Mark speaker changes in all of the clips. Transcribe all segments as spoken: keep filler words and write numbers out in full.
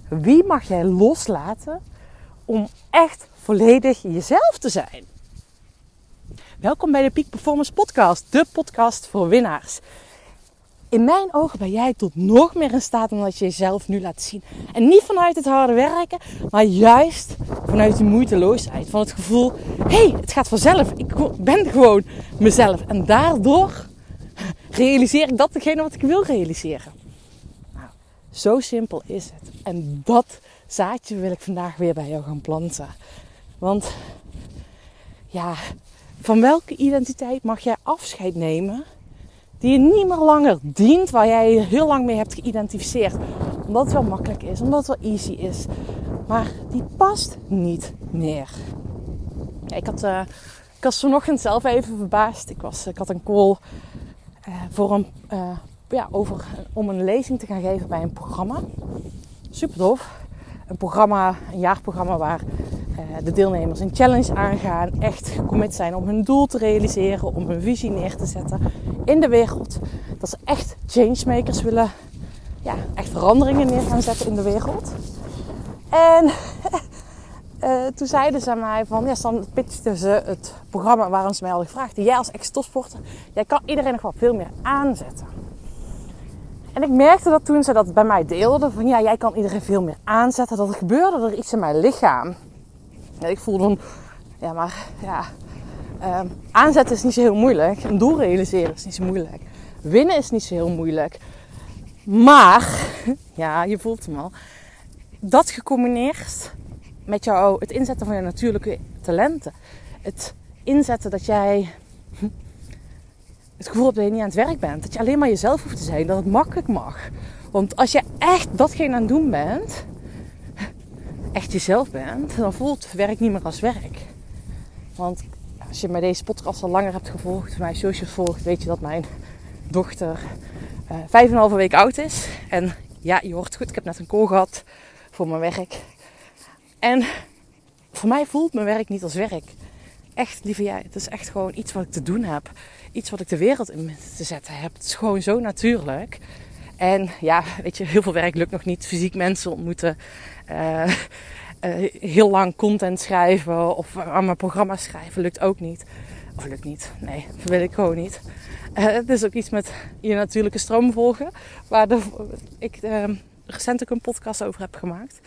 Speaker 1: Wie mag jij loslaten om echt volledig jezelf te zijn? Welkom bij de Peak Performance Podcast, de podcast voor winnaars. In mijn ogen ben jij tot nog meer in staat dan dat je jezelf nu laat zien. En niet vanuit het harde werken, maar juist vanuit die moeiteloosheid. Van het gevoel, hé, hey, het gaat vanzelf. Ik ben gewoon mezelf. En daardoor realiseer ik dat degene wat ik wil realiseren. Nou, zo simpel is het. En dat zaadje wil ik vandaag weer bij jou gaan planten. Want ja, van welke identiteit mag jij afscheid nemen die je niet meer langer dient, waar jij je heel lang mee hebt geïdentificeerd? Omdat het wel makkelijk is, omdat het wel easy is. Maar die past niet meer. Ja, ik, had, uh, ik was vanochtend zelf even verbaasd. Ik, was, ik had een call uh, voor een, uh, ja, over, om een lezing te gaan geven bij een programma. Super tof. Een programma, een jaarprogramma waar uh, de deelnemers een challenge aangaan. Echt gecommit zijn om hun doel te realiseren. Om hun visie neer te zetten in de wereld. Dat ze echt changemakers willen. Ja, echt veranderingen neer gaan zetten in de wereld. En uh, toen zeiden ze aan mij van... Ja, dan pitchten ze het programma waarom ze mij hadden gevraagd. Jij als ex-topsporter, jij kan iedereen nog wel veel meer aanzetten. En ik merkte dat toen ze dat bij mij deelden. Van ja, jij kan iedereen veel meer aanzetten. Dat er gebeurde er iets in mijn lichaam. Ja, ik voelde van... Ja, maar ja... Uh, aanzetten is niet zo heel moeilijk. Een doel realiseren is niet zo moeilijk. Winnen is niet zo heel moeilijk. Maar... Ja, je voelt hem al. Dat gecombineerd met jou, het inzetten van je natuurlijke talenten. Het inzetten dat jij... Het gevoel hebt dat je niet aan het werk bent. Dat je alleen maar jezelf hoeft te zijn. Dat het makkelijk mag. Want als je echt datgene aan het doen bent. Echt jezelf bent. Dan voelt werk niet meer als werk. Want als je mij deze podcast al langer hebt gevolgd. Mijn socials volgt. Weet je dat mijn dochter uh, vijf en een halve week oud is. En ja, je hoort goed. Ik heb net een call gehad voor mijn werk. En voor mij voelt mijn werk niet als werk. Echt, lieve jij. Het is echt gewoon iets wat ik te doen heb. Iets wat ik de wereld in te zetten heb. Het is gewoon zo natuurlijk. En ja, weet je, heel veel werk lukt nog niet. Fysiek mensen ontmoeten. Uh, uh, heel lang content schrijven. Of aan mijn programma schrijven lukt ook niet. Of lukt niet. Nee, dat wil ik gewoon niet. Uh, het is ook iets met je natuurlijke stroom volgen. Waar de, ik uh, recent ook een podcast over heb gemaakt.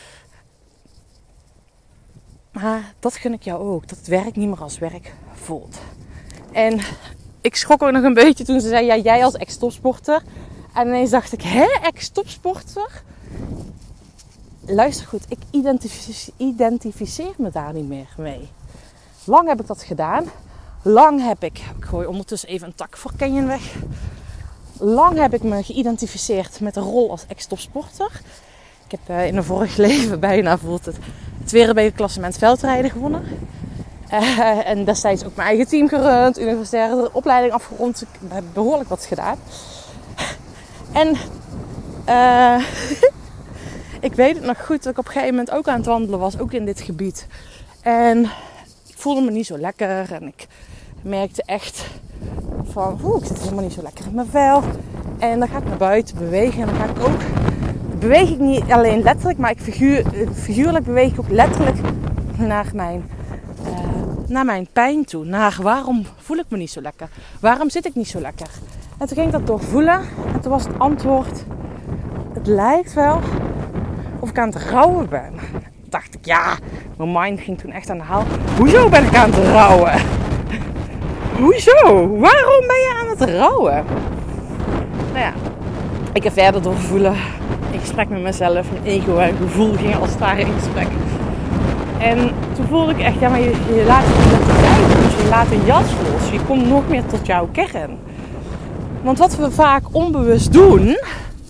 Speaker 1: Maar dat gun ik jou ook. Dat het werk niet meer als werk voelt. En ik schrok ook nog een beetje toen ze zei... Ja, jij als ex-topsporter. En ineens dacht ik... Hè, ex-topsporter? Luister goed. Ik identificeer, identificeer me daar niet meer mee. Lang heb ik dat gedaan. Lang heb ik... Ik gooi ondertussen even een tak voor Canyon weg. Lang heb ik me geïdentificeerd met de rol als ex-topsporter. Ik heb uh, in een vorig leven bijna voelt het... Het wereldbekerklassement veldrijden gewonnen. Uh, en destijds ook mijn eigen team gerund. Universitaire opleiding afgerond. Ik heb behoorlijk wat gedaan. En uh, ik weet het nog goed dat ik op een gegeven moment ook aan het wandelen was. Ook in dit gebied. En ik voelde me niet zo lekker. En ik merkte echt van... Oeh, ik zit helemaal niet zo lekker in mijn vel. En dan ga ik naar buiten bewegen. En dan ga ik ook... Beweeg ik niet alleen letterlijk, maar ik figuur, figuurlijk beweeg ik ook letterlijk naar mijn, uh, naar mijn pijn toe. Naar waarom voel ik me niet zo lekker? Waarom zit ik niet zo lekker? En toen ging ik dat doorvoelen. En toen was het antwoord... Het lijkt wel of ik aan het rouwen ben. Toen dacht ik, ja, mijn mind ging toen echt aan de haal. Hoezo ben ik aan het rouwen? Hoezo? Waarom ben je aan het rouwen? Nou ja, ik heb verder doorvoelen... In gesprek met mezelf, mijn ego en gevoel gingen als het ware in gesprek. En toen voelde ik echt, ja, maar je, je laat je identiteit los, je laat een jas los. Je komt nog meer tot jouw kern. Want wat we vaak onbewust doen...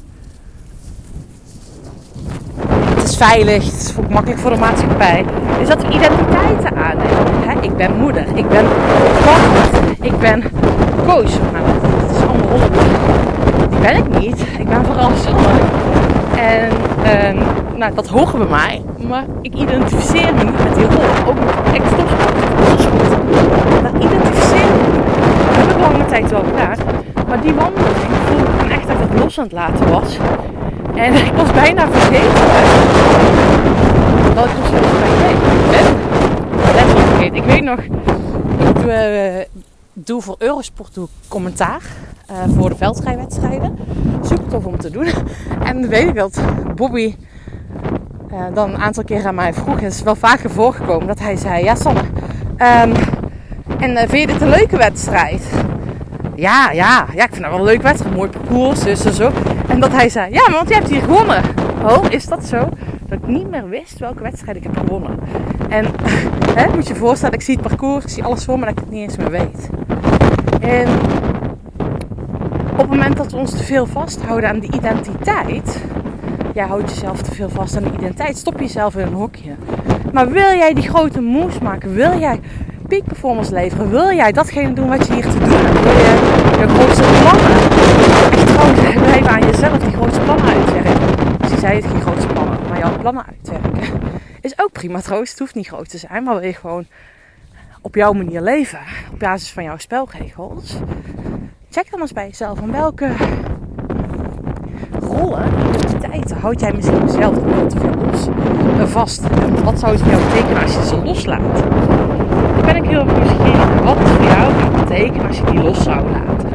Speaker 1: Het is veilig, het is ook makkelijk voor de maatschappij. Is dat we identiteiten aannemen. Hè? Ik ben moeder, ik ben partner, ik ben coach. Nou, dat is allemaal rollen. Die ben ik niet. Ik ben vooral Sanne. En um, nou, dat horen bij mij. Maar ik identificeer me niet met die rol. Ook met ex-topsport. Daar identificeer ik me niet. Dat heb ik lange tijd wel gedaan. Maar die wandeling voelde ik dan echt dat ik het los aan het laten was. En ik was bijna vergeten dat ik nog steeds bij deed. Ik ben letterlijk vergeten. Ik weet nog, ik doe, uh, doe voor Eurosport doe commentaar uh, voor de veldrijwedstrijden. Super tof om te doen. En dan weet ik dat Bobby uh, dan een aantal keer aan mij vroeg. En het is wel vaker voorgekomen dat hij zei: ja, Sanne, um, en uh, vind je dit een leuke wedstrijd? Ja, ja, ja, ik vind dat wel een leuke wedstrijd. Mooi parcours, dus en zo. En dat hij zei: ja, want je hebt hier gewonnen. Oh, is dat zo? Dat ik niet meer wist welke wedstrijd ik heb gewonnen. En hè, moet je je voorstellen, ik zie het parcours, ik zie alles voor me, dat ik het niet eens meer weet. En op het moment dat we ons te veel vasthouden aan die identiteit, ja, houd jezelf te veel vast aan die identiteit, stop jezelf in een hokje. Maar wil jij die grote moves maken? Wil jij peak performance leveren? Wil jij datgene doen wat je hier te doen hebt? Wil je je grootste plannen? Echt gewoon blijven aan jezelf die grootste plannen uitwerken. Dus je zei het, geen grootste plannen, maar jouw plannen uitwerken. Is ook prima trouwens, het hoeft niet groot te zijn, maar wil je gewoon op jouw manier leven, op basis van jouw spelregels. Check dan eens bij jezelf aan welke rollen, identiteiten houd jij misschien zelf wel te veel los, vast. En wat zou het voor jou betekenen als je ze loslaat? Dan ben ik heel erg nieuwsgierig wat het voor jou gaat betekenen als je die los zou laten.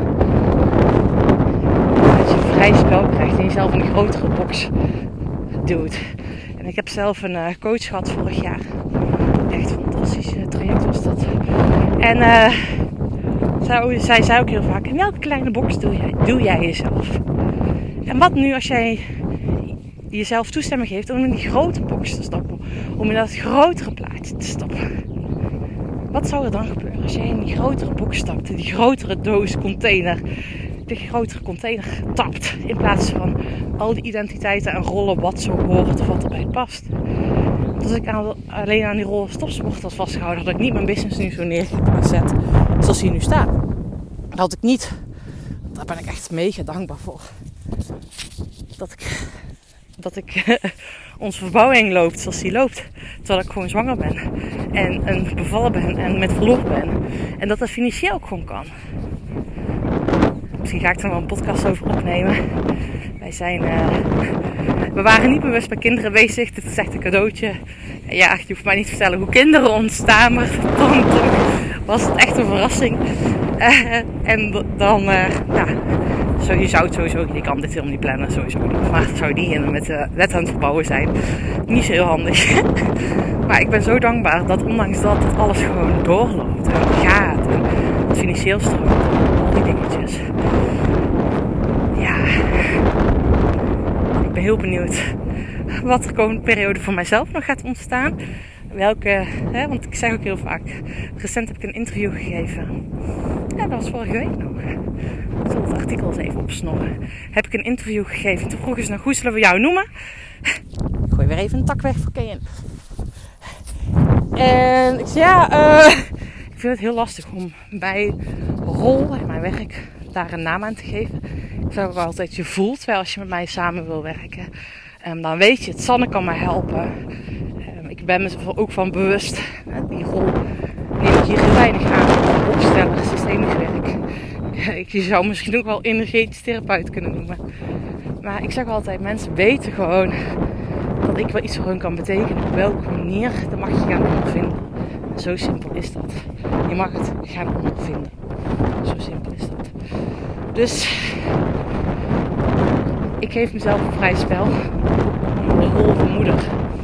Speaker 1: Dat je een vrij spel krijgt en jezelf in een grotere box doet. En ik heb zelf een uh, coach gehad vorig jaar. Echt een fantastisch uh, traject was dat. En uh, zij, zij zei ook heel vaak: in welke kleine box doe jij, doe jij jezelf? En wat nu als jij jezelf toestemming geeft om in die grote box te stappen? Om in dat grotere plaatje te stappen? Wat zou er dan gebeuren als jij in die grotere box stapt? In die grotere doos, container. De grotere container tapt. In plaats van al die identiteiten en rollen wat zo hoort of wat erbij past. Want als ik aan, alleen aan die rollen stopsport had vastgehouden, had ik niet mijn business nu zo neergezet zoals hij nu staat. Dat had ik niet. Daar ben ik echt mega dankbaar voor. Dat ik, dat ik onze verbouwing loopt zoals die loopt. Terwijl ik gewoon zwanger ben. En, en bevallen ben en met verlof ben. En dat dat financieel ook gewoon kan. Misschien ga ik er wel een podcast over opnemen. Wij zijn... Uh, we waren niet bewust bij kinderen bezig. Dit is echt een cadeautje. Ja, je hoeft mij niet te vertellen hoe kinderen ontstaan. Maar dan was het echt een verrassing. Uh, en dan... Uh, ja, zo, je zou het sowieso... Je kan dit helemaal niet plannen. Sowieso niet. Maar zou die en met de wet aan het verbouwen zijn. Niet zo heel handig. Maar ik ben zo dankbaar dat ondanks dat het alles gewoon doorloopt. En gaat. En het financieel stroomt. Al die dingetjes. Ja, ik ben heel benieuwd wat de komende periode voor mijzelf nog gaat ontstaan. Welke, hè, want ik zeg ook heel vaak, recent heb ik een interview gegeven. Ja, dat was vorige week nog. Ik zal het artikel eens even opsnorren. Heb ik een interview gegeven. Toen vroegen ze nog, hoe zullen we jou noemen? Ik gooi weer even een tak weg voor Ken. En ik zei, ja, uh, ik vind het heel lastig om bij rol in mijn werk daar een naam aan te geven. Ik zeg ook altijd, je voelt wel als je met mij samen wil werken. Um, dan weet je het, Sanne kan mij helpen. Um, ik ben me er ook van bewust. Uh, die rol neem ik hier heel weinig aan. Opstellen, systemisch werk. Uh, je zou misschien ook wel energetisch therapeut kunnen noemen. Maar ik zeg altijd, mensen weten gewoon dat ik wel iets voor hun kan betekenen. Op welke manier, dat mag je gaan ondervinden. En zo simpel is dat. Je mag het gaan ondervinden. Zo simpel is dat. Dus ik geef mezelf een vrij spel. De rol van moeder.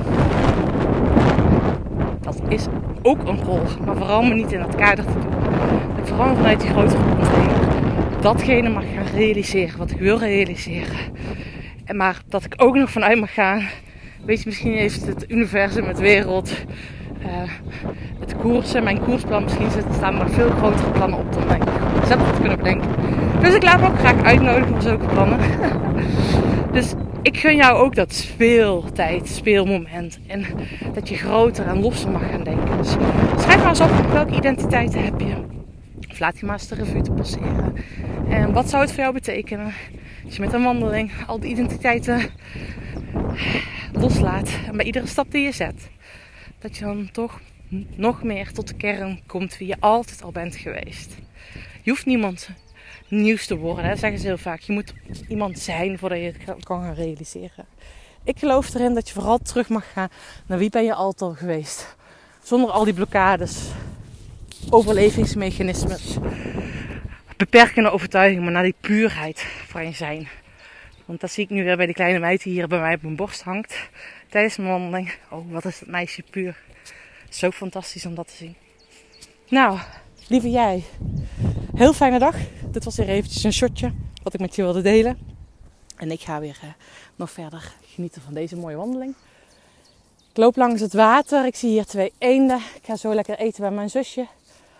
Speaker 1: Dat is ook een rol. Maar vooral me niet in dat kader te doen. Dat ik vooral vanuit die grotere container datgene mag gaan realiseren wat ik wil realiseren. En maar dat ik ook nog vanuit mag gaan. Weet je, misschien heeft het universum, het wereld, uh, het koersen, mijn koersplan. Misschien staan er veel grotere plannen op dan ik zelf had kunnen bedenken. Dus ik laat me ook graag uitnodigen voor zulke plannen. Dus ik gun jou ook dat speeltijd, speelmoment. En dat je groter en losser mag gaan denken. Dus schrijf maar eens op welke identiteiten heb je. Of laat je maar eens de revue te passeren. En wat zou het voor jou betekenen als je met een wandeling al die identiteiten loslaat. En bij iedere stap die je zet, dat je dan toch nog meer tot de kern komt wie je altijd al bent geweest. Je hoeft niemand nieuwste worden. Hè? Dat zeggen ze heel vaak. Je moet iemand zijn voordat je het kan gaan realiseren. Ik geloof erin dat je vooral terug mag gaan naar wie ben je altijd al geweest. Zonder al die blokkades, overlevingsmechanismes, beperkende overtuigingen, maar naar die puurheid van je zijn. Want dat zie ik nu weer bij die kleine meid die hier bij mij op mijn borst hangt. Tijdens mijn wandeling. Oh, wat is dat meisje puur. Zo fantastisch om dat te zien. Nou, lieve jij. Heel fijne dag. Dit was weer eventjes een shotje wat ik met je wilde delen. En ik ga weer uh, nog verder genieten van deze mooie wandeling. Ik loop langs het water. Ik zie hier twee eenden. Ik ga zo lekker eten bij mijn zusje.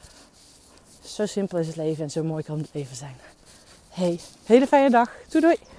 Speaker 1: Zo simpel is het leven en zo mooi kan het leven zijn. Hey, hele fijne dag. Doei doei.